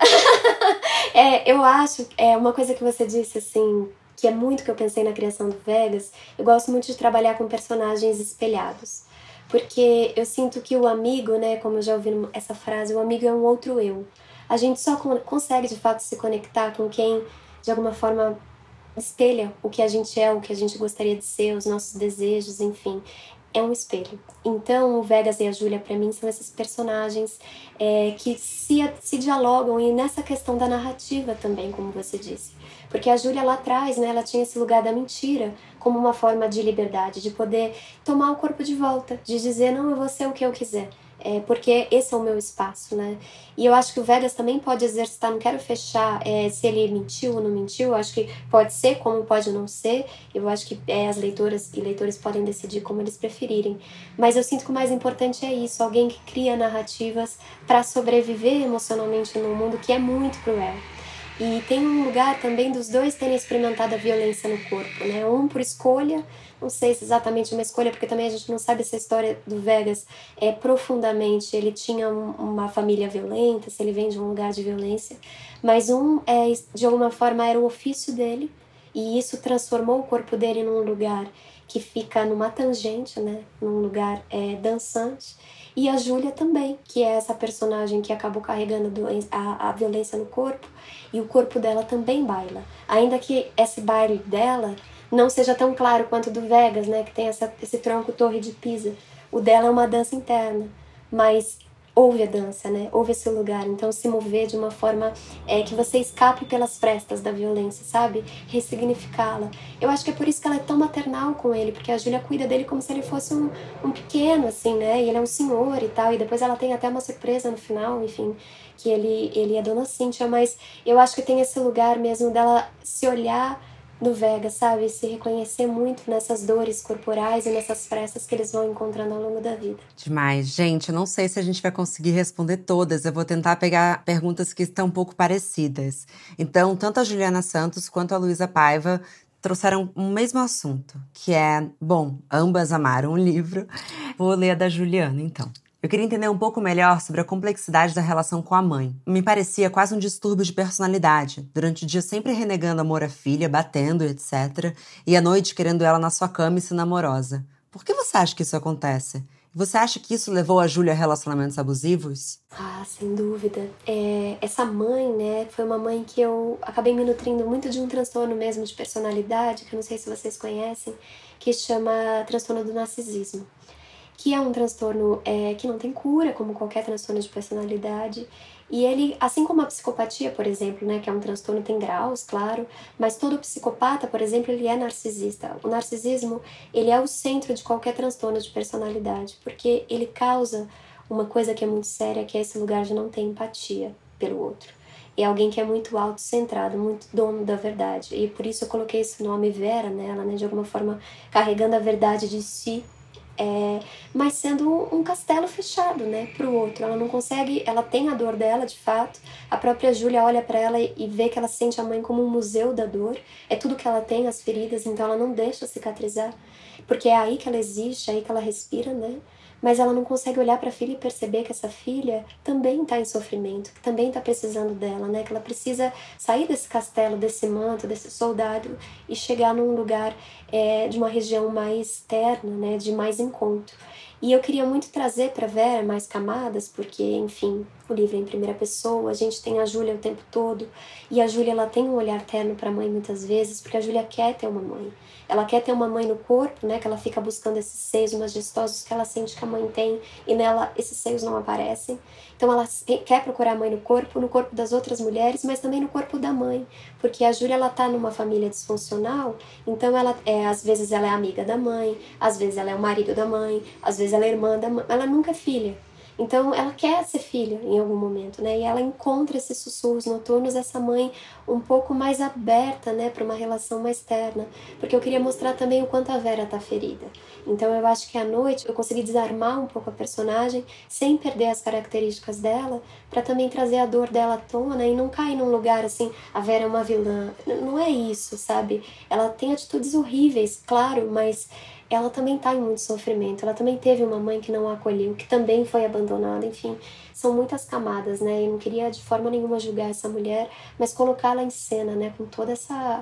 Eu acho, uma coisa que você disse, assim, que é muito que eu pensei na criação do Vegas, eu gosto muito de trabalhar com personagens espelhados. Porque eu sinto que o amigo, né, como eu já ouvi essa frase, o amigo é um outro eu. A gente só consegue, de fato, se conectar com quem, de alguma forma, espelha o que a gente é, o que a gente gostaria de ser, os nossos desejos, enfim. É um espelho. Então, o Vegas e a Júlia, para mim, são esses personagens que se dialogam, e nessa questão da narrativa também, como você disse. Porque a Júlia lá atrás, né, ela tinha esse lugar da mentira como uma forma de liberdade, de poder tomar o corpo de volta, de dizer, não, eu vou ser o que eu quiser. Porque esse é o meu espaço, né? E eu acho que o Vegas também pode exercitar, não quero fechar se ele mentiu ou não mentiu, eu acho que pode ser como pode não ser, eu acho que as leitoras e leitores podem decidir como eles preferirem, mas eu sinto que o mais importante é isso, alguém que cria narrativas para sobreviver emocionalmente num mundo que é muito cruel. E tem um lugar também dos dois terem experimentado a violência no corpo, né? Um por escolha, não sei se exatamente uma escolha, porque também a gente não sabe se a história do Vegas profundamente, ele tinha uma família violenta, se ele vem de um lugar de violência, mas de alguma forma era o ofício dele, e isso transformou o corpo dele num lugar que fica numa tangente, né? Num lugar dançante. E a Júlia também, que é essa personagem que acabou carregando a violência no corpo, e o corpo dela também baila. Ainda que esse baile dela não seja tão claro quanto o do Vegas, né, que tem esse tronco torre de Pisa. O dela é uma dança interna, mas houve a dança, né? Houve esse lugar. Então, se mover de uma forma que você escape pelas frestas da violência, sabe? Ressignificá-la. Eu acho que é por isso que ela é tão maternal com ele, porque a Júlia cuida dele como se ele fosse um pequeno, assim, né? E ele é um senhor e tal. E depois ela tem até uma surpresa no final, enfim, que ele é Dona Cíntia. Mas eu acho que tem esse lugar mesmo dela se olhar no Vegas, sabe? Se reconhecer muito nessas dores corporais e nessas frestas que eles vão encontrando ao longo da vida. Demais. Gente, eu não sei se a gente vai conseguir responder todas. Eu vou tentar pegar perguntas que estão um pouco parecidas. Então, tanto a Juliana Santos quanto a Luísa Paiva trouxeram o mesmo assunto, que é, bom, ambas amaram o livro. Vou ler a da Juliana, então. Eu queria entender um pouco melhor sobre a complexidade da relação com a mãe. Me parecia quase um distúrbio de personalidade. Durante o dia sempre renegando amor à filha, batendo, etc. E à noite querendo ela na sua cama e sendo amorosa. Por que você acha que isso acontece? Você acha que isso levou a Júlia a relacionamentos abusivos? Ah, sem dúvida. Essa mãe, né, foi uma mãe que eu acabei me nutrindo muito de um transtorno mesmo de personalidade, que eu não sei se vocês conhecem, que chama transtorno do narcisismo. que é um transtorno que não tem cura, como qualquer transtorno de personalidade. E ele, assim como a psicopatia, por exemplo, né, que é um transtorno, tem graus, claro, mas todo psicopata, por exemplo, ele é narcisista. O narcisismo, ele é o centro de qualquer transtorno de personalidade, porque ele causa uma coisa que é muito séria, que é esse lugar de não ter empatia pelo outro. É alguém que é muito autocentrado, muito dono da verdade. E por isso eu coloquei esse nome Vera nela, né, de alguma forma carregando a verdade de si, mas sendo um castelo fechado, né, pro outro. Ela não consegue, ela tem a dor dela, de fato. A própria Júlia olha para ela e vê que ela sente a mãe como um museu da dor. É tudo que ela tem, as feridas, então ela não deixa cicatrizar, porque é aí que ela existe, é aí que ela respira, né? Mas ela não consegue olhar para a filha e perceber que essa filha também está em sofrimento, que também está precisando dela, né? Que ela precisa sair desse castelo, desse manto, desse soldado e chegar num lugar de uma região mais terna, né? De mais encontro. E eu queria muito trazer para Vera mais camadas, porque, enfim, o livro é em primeira pessoa, a gente tem a Júlia o tempo todo, e a Júlia, ela tem um olhar terno para a mãe muitas vezes, porque a Júlia quer ter uma mãe. Ela quer ter uma mãe no corpo, né, que ela fica buscando esses seios majestosos que ela sente que a mãe tem, e nela esses seios não aparecem. Então ela quer procurar a mãe no corpo das outras mulheres, mas também no corpo da mãe, porque a Júlia, ela tá numa família disfuncional, então ela às vezes ela é amiga da mãe, às vezes ela é o marido da mãe, às vezes ela é irmã da mãe, ela nunca é filha. Então ela quer ser filha em algum momento, né? E ela encontra esses sussurros noturnos, essa mãe um pouco mais aberta, né, para uma relação mais terna, porque eu queria mostrar também o quanto a Vera tá ferida. Então eu acho que à noite eu consegui desarmar um pouco a personagem sem perder as características dela, para também trazer a dor dela à tona e não cair num lugar assim, a Vera é uma vilã. Não é isso, sabe? Ela tem atitudes horríveis, claro, mas ela também está em muito sofrimento, ela também teve uma mãe que não a acolheu, que também foi abandonada, enfim, são muitas camadas, né? Eu não queria de forma nenhuma julgar essa mulher, mas colocá-la em cena, né, com toda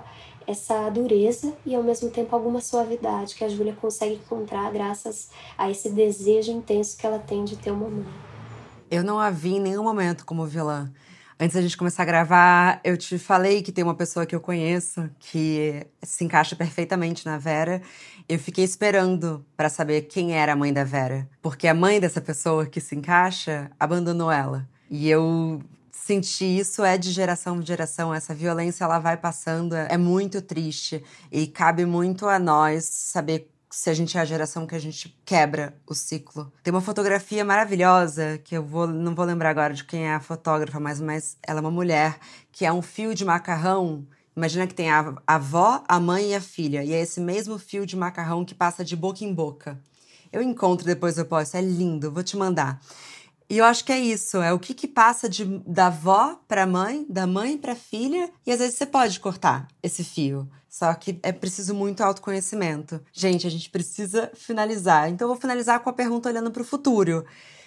essa dureza e ao mesmo tempo alguma suavidade que a Júlia consegue encontrar graças a esse desejo intenso que ela tem de ter uma mãe. Eu não a vi em nenhum momento como vilã. Antes da gente começar a gravar, eu te falei que tem uma pessoa que eu conheço que se encaixa perfeitamente na Vera. Eu fiquei esperando pra saber quem era a mãe da Vera, porque a mãe dessa pessoa que se encaixa abandonou ela. E eu senti isso de geração em geração. Essa violência, ela vai passando, é muito triste. E cabe muito a nós saber se a gente é a geração que a gente quebra o ciclo. Tem uma fotografia maravilhosa, que não vou lembrar agora de quem é a fotógrafa, mas ela é uma mulher, que é um fio de macarrão. Imagina que tem a avó, a mãe e a filha. E é esse mesmo fio de macarrão que passa de boca em boca. Eu encontro depois, eu posto. É lindo, vou te mandar. E eu acho que é isso, é o que passa da avó pra mãe, da mãe pra filha, e às vezes você pode cortar esse fio. Só que é preciso muito autoconhecimento. Gente, a gente precisa finalizar. Então eu vou finalizar com a pergunta olhando pro futuro.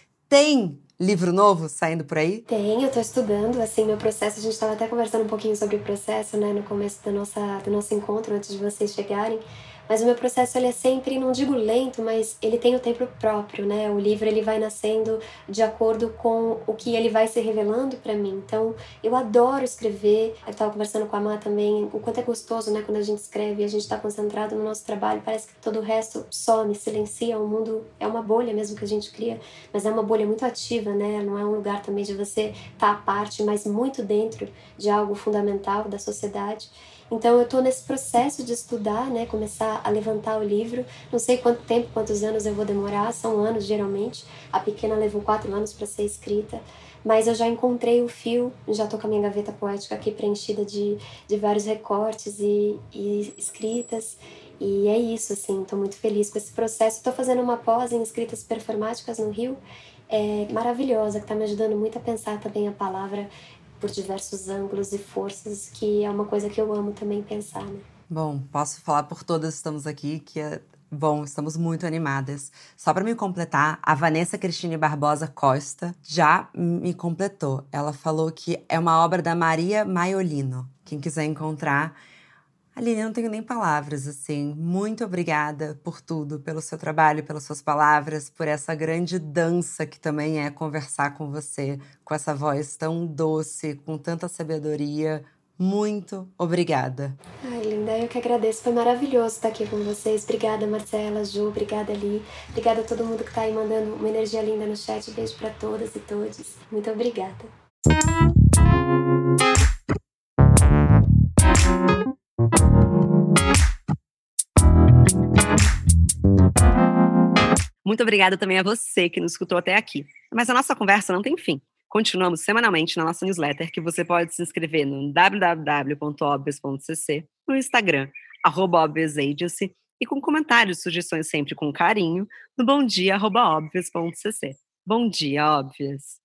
Tem livro novo saindo por aí? Tem, eu tô estudando, assim, meu processo, a gente tava até conversando um pouquinho sobre o processo, né, no começo do nosso encontro, antes de vocês chegarem. Mas o meu processo, ele é sempre, não digo lento, mas ele tem o tempo próprio, né? O livro, ele vai nascendo de acordo com o que ele vai se revelando para mim. Então, eu adoro escrever. Eu tava conversando com a Má também, o quanto é gostoso, né? Quando a gente escreve e a gente tá concentrado no nosso trabalho, parece que todo o resto some, silencia. O mundo é uma bolha mesmo que a gente cria, mas é uma bolha muito ativa, né? Não é um lugar também de você estar à parte, mas muito dentro de algo fundamental da sociedade. Então eu estou nesse processo de estudar, né, começar a levantar o livro. Não sei quanto tempo, quantos anos eu vou demorar, são anos geralmente. A pequena levou 4 anos para ser escrita, mas eu já encontrei o fio, já estou com a minha gaveta poética aqui preenchida de vários recortes e escritas. E é isso, assim, estou muito feliz com esse processo. Estou fazendo uma pós em escritas performáticas no Rio, maravilhosa, que está me ajudando muito a pensar também a palavra por diversos ângulos e forças, que é uma coisa que eu amo também pensar, né? Bom, posso falar por todas que estamos aqui, que bom, estamos muito animadas. Só para me completar, a Vanessa Cristine Barbosa Costa já me completou. Ela falou que é uma obra da Maria Maiolino. Quem quiser encontrar... Aline, eu não tenho nem palavras, assim. Muito obrigada por tudo, pelo seu trabalho, pelas suas palavras, por essa grande dança que também é conversar com você, com essa voz tão doce, com tanta sabedoria. muito obrigada. Ai, linda, eu que agradeço. Foi maravilhoso estar aqui com vocês. Obrigada, Marcela, Ju, obrigada, Li. Obrigada a todo mundo que tá aí mandando uma energia linda no chat. Beijo para todas e todos. Muito obrigada. Muito obrigada também a você que nos escutou até aqui. Mas a nossa conversa não tem fim. Continuamos semanalmente na nossa newsletter, que você pode se inscrever no www.obvious.cc, no Instagram, @obviousagency, e com comentários e sugestões sempre com carinho, no bomdia@obvious.cc. Bom dia, Obvious!